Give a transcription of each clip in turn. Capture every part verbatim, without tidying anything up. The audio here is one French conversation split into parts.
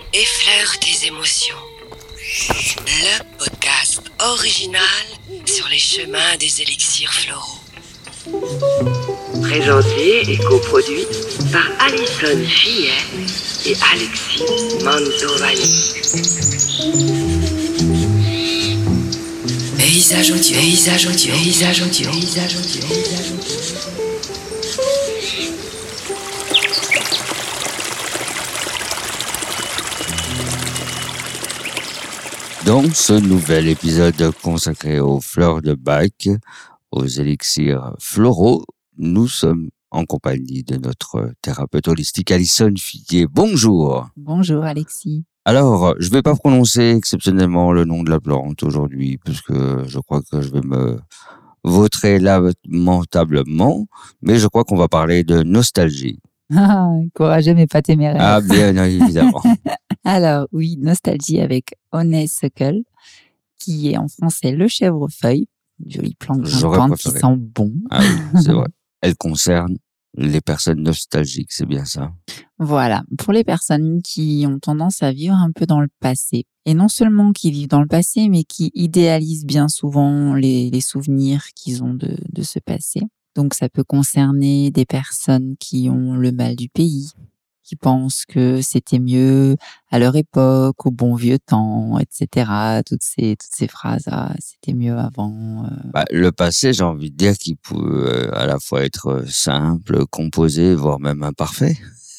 Effleure tes émotions. Le podcast original sur les chemins des élixirs floraux. Présenté et coproduit par Alison Fillet et Alexis Mantovani. Paysage audio, paysage audio, paysage audio, paysage audio, paysage audio. Dans ce nouvel épisode consacré aux fleurs de bac, aux élixirs floraux, nous sommes en compagnie de notre thérapeute holistique Alison Fillet. Bonjour. Bonjour Alexis. Alors, je ne vais pas prononcer exceptionnellement le nom de la plante aujourd'hui, puisque je crois que je vais me vautrer lamentablement, mais je crois qu'on va parler de nostalgie. Ah, courageux mais pas téméraire. Ah, bien évidemment. Alors oui, nostalgie avec Honeysuckle, qui est en français le chèvrefeuille, une jolie plante grimpante qui sent bon. Ah oui, c'est vrai. Elle concerne les personnes nostalgiques, c'est bien ça. Voilà, pour les personnes qui ont tendance à vivre un peu dans le passé, et non seulement qui vivent dans le passé, mais qui idéalisent bien souvent les, les souvenirs qu'ils ont de, de ce passé. Donc ça peut concerner des personnes qui ont le mal du pays, qui pensent que c'était mieux à leur époque, au bon vieux temps, et cetera. Toutes ces, toutes ces phrases, ah, c'était mieux avant. Euh... Bah, le passé, j'ai envie de dire qu'il peut euh, à la fois être simple, composé, voire même imparfait.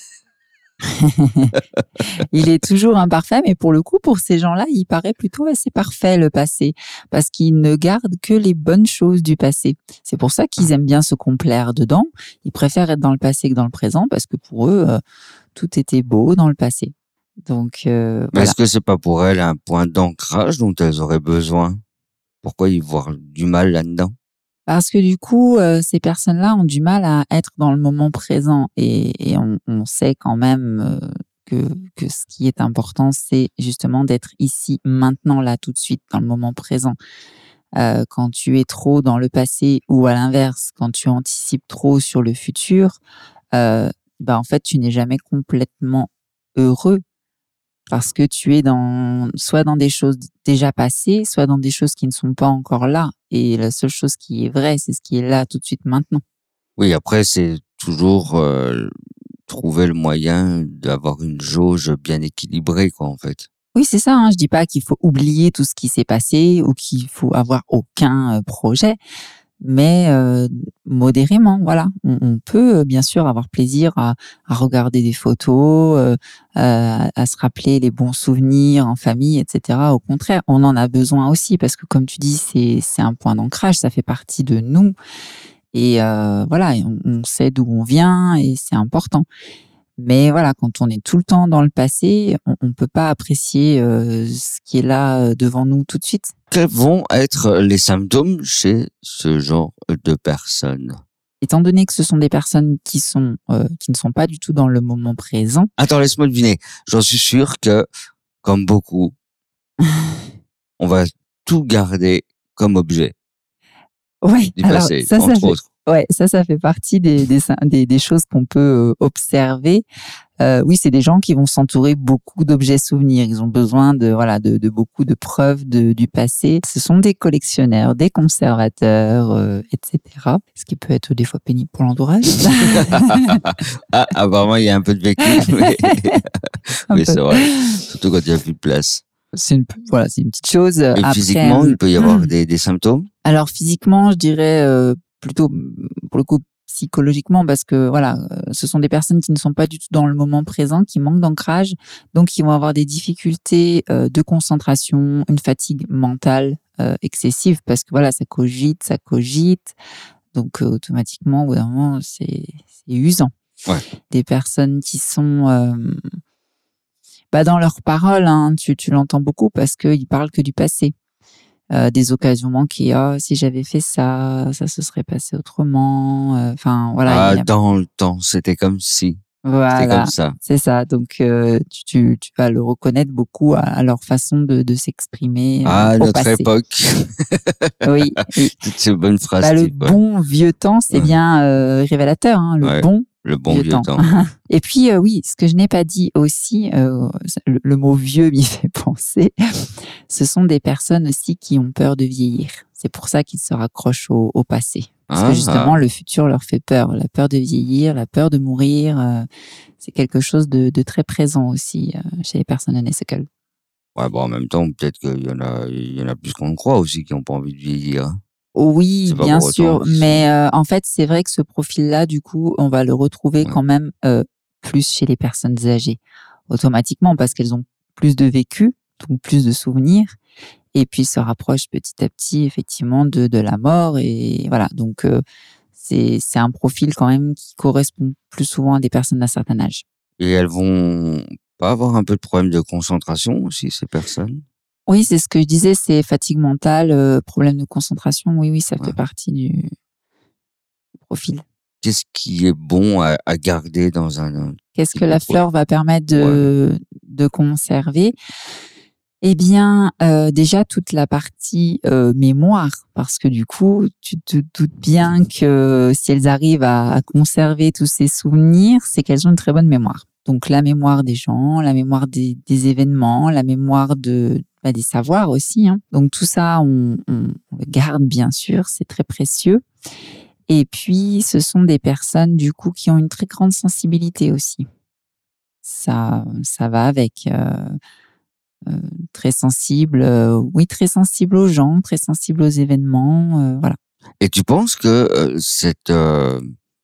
Il est toujours imparfait, mais pour le coup, pour ces gens-là, il paraît plutôt assez parfait, le passé, parce qu'ils ne gardent que les bonnes choses du passé. C'est pour ça qu'ils aiment bien se complaire dedans. Ils préfèrent être dans le passé que dans le présent, parce que pour eux, euh, tout était beau dans le passé. Donc, euh, mais voilà. Est-ce que c'est pas pour elles un point d'ancrage dont elles auraient besoin? Pourquoi y voir du mal là-dedans? Parce que du coup, euh, ces personnes-là ont du mal à être dans le moment présent et, et on, on sait quand même euh, que, que ce qui est important, c'est justement d'être ici, maintenant, là, tout de suite, dans le moment présent. Euh, quand tu es trop dans le passé ou à l'inverse, quand tu anticipes trop sur le futur, euh, bah en fait, tu n'es jamais complètement heureux. Parce que tu es dans, soit dans des choses déjà passées, soit dans des choses qui ne sont pas encore là. Et la seule chose qui est vraie, c'est ce qui est là tout de suite maintenant. Oui, après, c'est toujours euh, trouver le moyen d'avoir une jauge bien équilibrée, quoi, en fait. Oui, c'est ça. Hein. Je dis pas qu'il faut oublier tout ce qui s'est passé ou qu'il faut avoir aucun euh, projet. Mais euh, modérément, voilà. On, on peut bien sûr avoir plaisir à, à regarder des photos, euh, à, à se rappeler les bons souvenirs en famille, et cetera. Au contraire, on en a besoin aussi parce que, comme tu dis, c'est c'est un point d'ancrage, ça fait partie de nous. Et euh, voilà, on, on sait d'où on vient et c'est important. Mais voilà, quand on est tout le temps dans le passé, on ne peut pas apprécier euh, ce qui est là devant nous tout de suite. Quels vont être les symptômes chez ce genre de personnes? Étant donné que ce sont des personnes qui sont euh, qui ne sont pas du tout dans le moment présent. Attends, laisse-moi deviner. J'en suis sûr que, comme beaucoup, on va tout garder comme objet. Oui, du alors passé, ça, ça entre fait, autres. Ouais, ça, ça fait partie des des des, des choses qu'on peut observer. Euh, oui, c'est des gens qui vont s'entourer beaucoup d'objets souvenirs. Ils ont besoin de voilà de, de beaucoup de preuves de, du passé. Ce sont des collectionneurs, des conservateurs, euh, et cetera. Ce qui peut être des fois pénible pour l'entourage. Ah, apparemment, il y a un peu de vécu, mais, mais c'est vrai. Surtout quand il n'y a plus de place. C'est une voilà, c'est une petite chose. Et Après, physiquement, il peut y avoir des, des symptômes. Alors physiquement, je dirais euh, plutôt pour le coup psychologiquement, parce que voilà, ce sont des personnes qui ne sont pas du tout dans le moment présent, qui manquent d'ancrage, donc qui vont avoir des difficultés euh, de concentration, une fatigue mentale euh, excessive, parce que voilà, ça cogite, ça cogite, donc euh, automatiquement, au bout d'un moment, c'est, c'est usant. Ouais. Des personnes qui sont euh, bah, dans leurs paroles, hein, tu, tu l'entends beaucoup parce qu'ils parlent que du passé. Euh, des occasions manquées. Ah, si j'avais fait ça, ça se serait passé autrement. Enfin, euh, voilà. Ah, a... dans le temps, c'était comme si. Voilà. C'était comme ça. C'est ça. Donc, euh, tu, tu, tu vas le reconnaître beaucoup à, à leur façon de, de s'exprimer. Ah, euh, notre passé. époque. Oui. Toutes ces bonnes phrases. Bah, le type, bon vieux temps, c'est ouais. bien euh, révélateur. Hein, le ouais. bon Le bon vieux vieux temps. temps. Et puis, euh, oui, ce que je n'ai pas dit aussi, euh, le, le mot vieux m'y fait penser, ce sont des personnes aussi qui ont peur de vieillir. C'est pour ça qu'ils se raccrochent au, au passé. Parce que justement, Ah, le futur leur fait peur. La peur de vieillir, la peur de mourir, euh, c'est quelque chose de, de très présent aussi euh, chez les personnes N S Q L. ouais, bon, en même temps, peut-être qu'il y en a, il y en a plus qu'on ne croit aussi qui n'ont pas envie de vieillir. hein. Oui, C'est pas bien pour autant sûr, qu'ils sont- mais euh, en fait, c'est vrai que ce profil-là, du coup, on va le retrouver Ouais. quand même euh, plus chez les personnes âgées, automatiquement, parce qu'elles ont plus de vécu, donc plus de souvenirs, et puis se rapprochent petit à petit, effectivement, de, de la mort, et voilà. Donc, euh, c'est c'est un profil quand même qui correspond plus souvent à des personnes d'un certain âge. Et elles vont pas avoir un peu de problème de concentration aussi, ces personnes? Oui, c'est ce que je disais, c'est fatigue mentale, euh, problème de concentration. Oui, oui, ça Ouais. fait partie du, du profil. Qu'est-ce qui est bon à, à garder dans un... Qu'est-ce type que de la pro- fleur va permettre de, de conserver? Eh bien, euh, déjà toute la partie euh, mémoire, parce que du coup, tu te doutes bien que si elles arrivent à, à conserver tous ces souvenirs, c'est qu'elles ont une très bonne mémoire. Donc la mémoire des gens, la mémoire des, des événements, la mémoire de bah, des savoirs aussi. Hein. Donc tout ça, on, on, on le garde bien sûr, c'est très précieux. Et puis, ce sont des personnes du coup qui ont une très grande sensibilité aussi. Ça, ça va avec. Euh, euh, très sensible, euh, oui, très sensible aux gens, très sensible aux événements, euh, voilà. Et tu penses que euh, cette euh,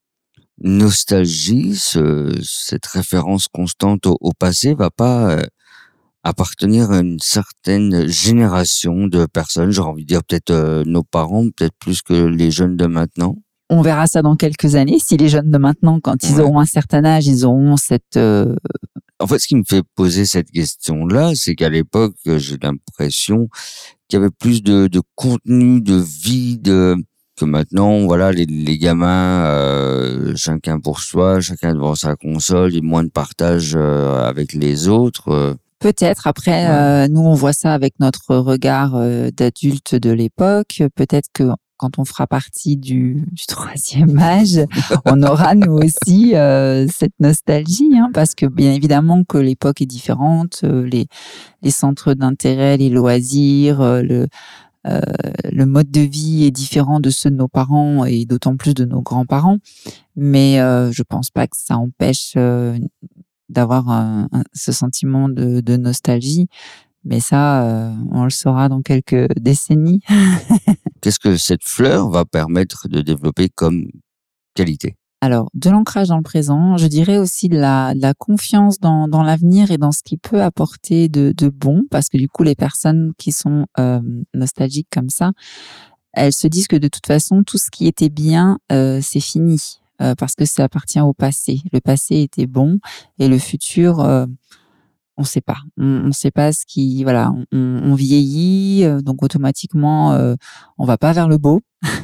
nostalgie, ce, cette référence constante au, au passé va pas euh, appartenir à une certaine génération de personnes? J'aurais envie de dire peut-être euh, nos parents, peut-être plus que les jeunes de maintenant. On verra ça dans quelques années. Si les jeunes de maintenant, quand ils Ouais. auront un certain âge, ils auront cette... euh, En fait, ce qui me fait poser cette question-là, c'est qu'à l'époque, j'ai l'impression qu'il y avait plus de, de contenu, de vie, de que maintenant, voilà, les, les gamins, euh, chacun pour soi, chacun devant sa console, et moins de partage euh, avec les autres. euh. Peut-être, après, Ouais. euh, nous, on voit ça avec notre regard euh, d'adulte de l'époque. Peut-être que quand on fera partie du, du troisième âge, on aura nous aussi euh, cette nostalgie, hein, parce que bien évidemment que l'époque est différente, euh, les, les centres d'intérêt, les loisirs, euh, le, euh, le mode de vie est différent de ceux de nos parents et d'autant plus de nos grands-parents. Mais euh, je pense pas que ça empêche euh, d'avoir un, un, ce sentiment de, de nostalgie. Mais ça, euh, on le saura dans quelques décennies. Qu'est-ce que cette fleur va permettre de développer comme qualité? Alors, de l'ancrage dans le présent, je dirais aussi de la, de la confiance dans, dans l'avenir et dans ce qui peut apporter de, de bon, parce que du coup, les personnes qui sont euh, nostalgiques comme ça, elles se disent que de toute façon, tout ce qui était bien, euh, c'est fini, euh, parce que ça appartient au passé. Le passé était bon et le futur... Euh, on sait pas. On ne sait pas ce qui, voilà, on, on vieillit, euh, donc automatiquement, euh, on va pas vers le beau.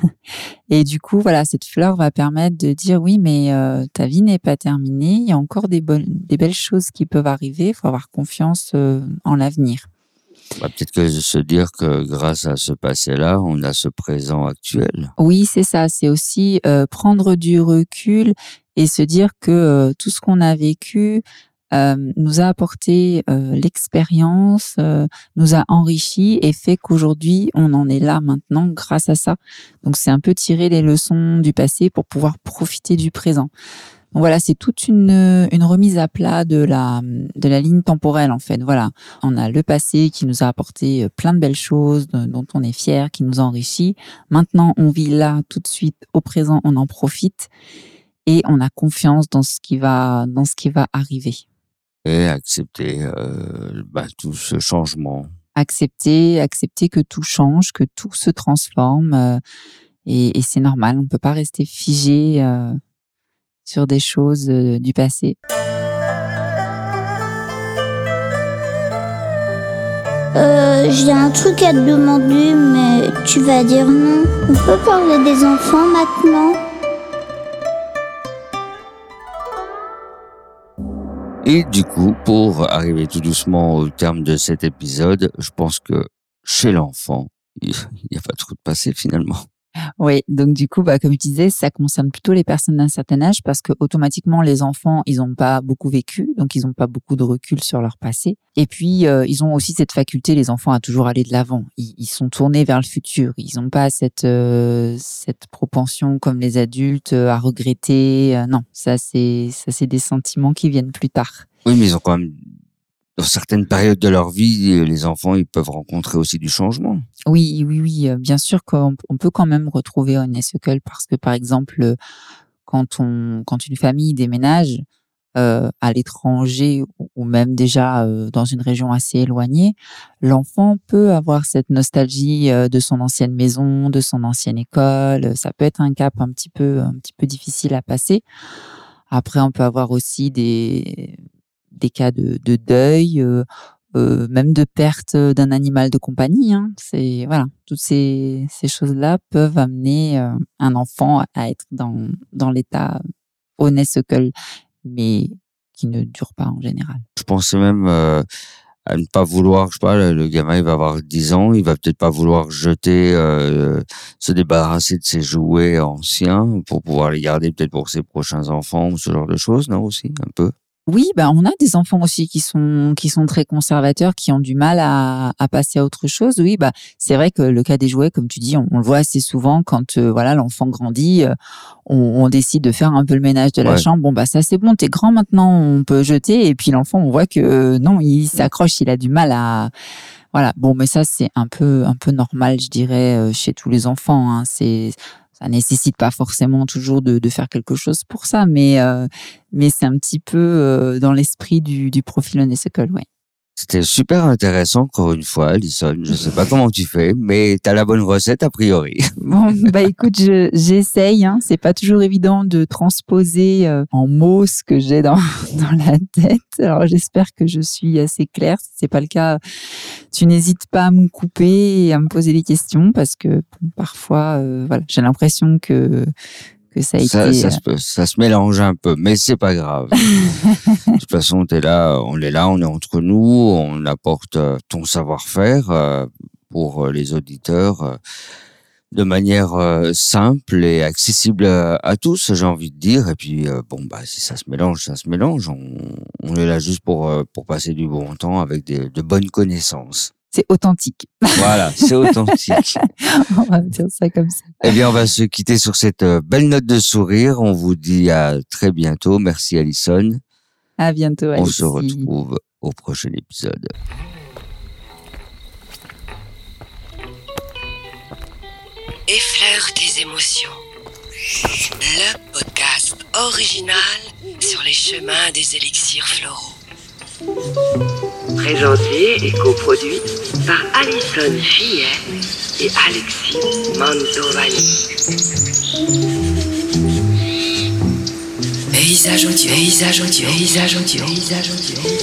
Et du coup, voilà, cette fleur va permettre de dire oui, mais euh, ta vie n'est pas terminée. Il y a encore des bonnes, des belles choses qui peuvent arriver. Il faut avoir confiance euh, en l'avenir. Bah, peut-être que se dire que grâce à ce passé-là, on a ce présent actuel. Oui, c'est ça. C'est aussi euh, prendre du recul et se dire que euh, tout ce qu'on a vécu Euh, nous a apporté euh, l'expérience, euh, nous a enrichi et fait qu'aujourd'hui, on en est là maintenant grâce à ça. Donc, c'est un peu tirer les leçons du passé pour pouvoir profiter du présent. Donc, voilà, c'est toute une, une remise à plat de la, de la ligne temporelle, en fait. Voilà, on a le passé qui nous a apporté plein de belles choses, dont on est fier, qui nous enrichit. Maintenant, on vit là, tout de suite, au présent, on en profite et on a confiance dans ce qui va, dans ce qui va arriver. Et accepter euh, bah, tout ce changement. Accepter, accepter que tout change, que tout se transforme, euh, et, et c'est normal. On ne peut pas rester figé euh, sur des choses euh, du passé. Euh, j'ai un truc à te demander, mais tu vas dire non. On peut parler des enfants maintenant ? Et du coup, pour arriver tout doucement au terme de cet épisode, je pense que chez l'enfant, il n'y a pas trop de passé finalement. Oui, donc du coup, bah, comme je disais, ça concerne plutôt les personnes d'un certain âge parce que automatiquement, les enfants, ils n'ont pas beaucoup vécu, donc ils n'ont pas beaucoup de recul sur leur passé. Et puis, euh, ils ont aussi cette faculté, les enfants, à toujours aller de l'avant. Ils, ils sont tournés vers le futur. Ils n'ont pas cette euh, cette propension comme les adultes à regretter. Euh, non, ça c'est ça c'est des sentiments qui viennent plus tard. Oui, mais ils ont quand même, dans certaines périodes de leur vie, les enfants, ils peuvent rencontrer aussi du changement. Oui, oui, oui, euh, bien sûr qu'on on peut quand même retrouver Honeysuckle parce que, par exemple, euh, quand on, quand une famille déménage euh, à l'étranger ou ou même déjà euh, dans une région assez éloignée, l'enfant peut avoir cette nostalgie euh, de son ancienne maison, de son ancienne école. Ça peut être un cap un petit peu, un petit peu difficile à passer. Après, on peut avoir aussi des, des cas de, de deuil, euh, euh, même de perte d'un animal de compagnie. Hein. C'est voilà, toutes ces, ces choses-là peuvent amener euh, un enfant à être dans, dans l'état honeysuckle, mais qui ne dure pas en général. Je pensais même euh, à ne pas vouloir, je sais pas, le, le gamin, il va avoir dix ans, il va peut-être pas vouloir jeter, euh, se débarrasser de ses jouets anciens pour pouvoir les garder peut-être pour ses prochains enfants ou ce genre de choses, non, aussi, un peu? Oui, bah on a des enfants aussi qui sont qui sont très conservateurs, qui ont du mal à, à passer à autre chose. Oui, bah c'est vrai que le cas des jouets, comme tu dis, on, on le voit assez souvent quand euh, voilà l'enfant grandit, euh, on, on décide de faire un peu le ménage de la Ouais. chambre. Bon bah ça c'est bon, t'es grand maintenant, on peut jeter. Et puis l'enfant, on voit que euh, non, il s'accroche, il a du mal à voilà. Bon, mais ça c'est un peu un peu normal, je dirais, euh, chez tous les enfants. Hein. C'est ça nécessite pas forcément toujours de, de faire quelque chose pour ça, mais euh, mais c'est un petit peu euh, dans l'esprit du, du profil Honeysuckle, ouais. C'était super intéressant, encore une fois, Alison. Je sais pas comment tu fais, mais t'as la bonne recette, a priori. Bon, bah écoute, je, j'essaye. Hein. C'est pas toujours évident de transposer euh, en mots ce que j'ai dans dans la tête. Alors j'espère que je suis assez claire. Si c'est pas le cas, tu n'hésites pas à me couper et à me poser des questions parce que bon, parfois, euh, voilà, j'ai l'impression que que ça a Ça, été. ça, se, peut- ça se mélange un peu, mais c'est pas grave. De toute façon, t'es là, on est là, on est entre nous, on apporte euh, ton savoir-faire euh, pour euh, les auditeurs euh, de manière euh, simple et accessible à, à tous, j'ai envie de dire. Et puis, euh, bon, bah, si ça se mélange, ça se mélange. On, on est là juste pour euh, pour passer du bon temps avec des, de bonnes connaissances. C'est authentique. Voilà, c'est authentique. On va dire ça comme ça. Eh bien, on va se quitter sur cette euh, belle note de sourire. On vous dit à très bientôt. Merci, Alison. À bientôt, On Alexis. se retrouve au prochain épisode. Effleure tes émotions. Le podcast original sur les chemins des élixirs floraux. Présenté et coproduit par Alison Fillet et Alexis Mantovani. Paysage audio, paysage audio, paysage audio, paysage audio.